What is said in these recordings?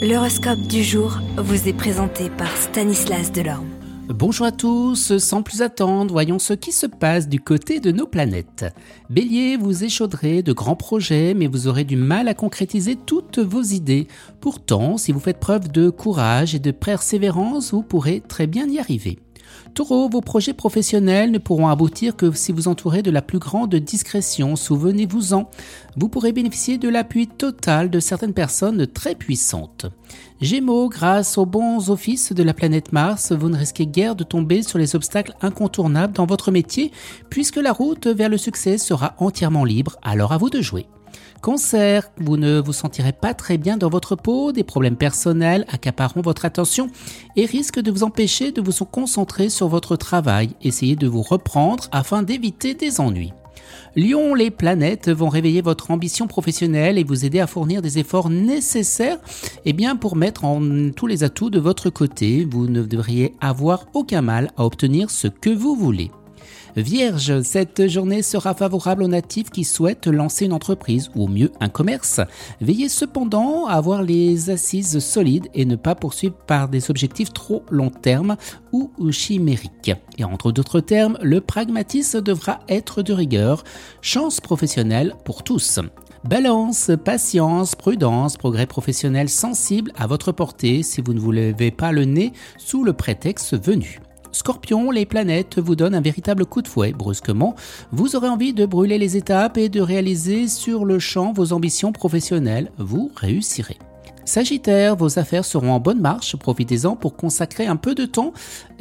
L'horoscope du jour vous est présenté par Stanislas Delorme. Bonjour à tous, sans plus attendre, voyons ce qui se passe du côté de nos planètes. Bélier, vous échauderez de grands projets, mais vous aurez du mal à concrétiser toutes vos idées. Pourtant, si vous faites preuve de courage et de persévérance, vous pourrez très bien y arriver. Taureau, vos projets professionnels ne pourront aboutir que si vous entourez de la plus grande discrétion, souvenez-vous-en. Vous pourrez bénéficier de l'appui total de certaines personnes très puissantes. Gémeaux, grâce aux bons offices de la planète Mars, vous ne risquez guère de tomber sur les obstacles incontournables dans votre métier, puisque la route vers le succès sera entièrement libre, alors à vous de jouer. Cancer, vous ne vous sentirez pas très bien dans votre peau, des problèmes personnels accapareront votre attention et risquent de vous empêcher de vous concentrer sur votre travail. Essayez de vous reprendre afin d'éviter des ennuis. Lion, les planètes vont réveiller votre ambition professionnelle et vous aider à fournir des efforts nécessaires pour mettre tous les atouts de votre côté. Vous ne devriez avoir aucun mal à obtenir ce que vous voulez. Vierge, cette journée sera favorable aux natifs qui souhaitent lancer une entreprise ou mieux un commerce. Veillez cependant à avoir les assises solides et ne pas poursuivre par des objectifs trop long terme ou chimériques. Et entre d'autres termes, le pragmatisme devra être de rigueur. Chance professionnelle pour tous. Balance, patience, prudence, progrès professionnel sensible à votre portée si vous ne vous levez pas le nez sous le prétexte venu. Scorpion, les planètes vous donnent un véritable coup de fouet. Brusquement, vous aurez envie de brûler les étapes et de réaliser sur le champ vos ambitions professionnelles. Vous réussirez. Sagittaire, vos affaires seront en bonne marche. Profitez-en pour consacrer un peu de temps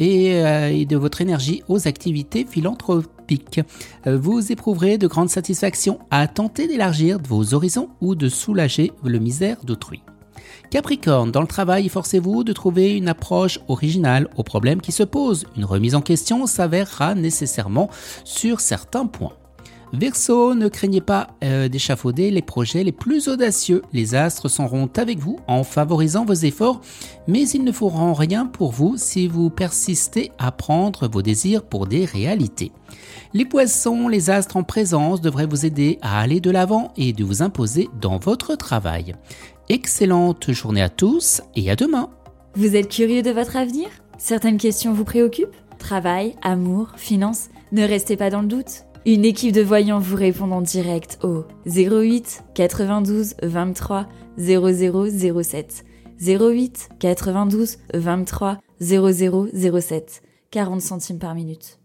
et de votre énergie aux activités philanthropiques. Vous éprouverez de grandes satisfactions à tenter d'élargir vos horizons ou de soulager le misère d'autrui. Capricorne, dans le travail, forcez-vous de trouver une approche originale aux problèmes qui se posent. Une remise en question s'avérera nécessairement sur certains points. Verseau, ne craignez pas d'échafauder les projets les plus audacieux. Les astres seront avec vous en favorisant vos efforts, mais ils ne feront rien pour vous si vous persistez à prendre vos désirs pour des réalités. Les poissons, les astres en présence devraient vous aider à aller de l'avant et de vous imposer dans votre travail. Excellente journée à tous et à demain. Vous êtes curieux de votre avenir ? Certaines questions vous préoccupent ? Travail, amour, finances ? Ne restez pas dans le doute. Une équipe de voyants vous répond en direct au 08 92 23 0007. 08 92 23 0007. 40 centimes par minute.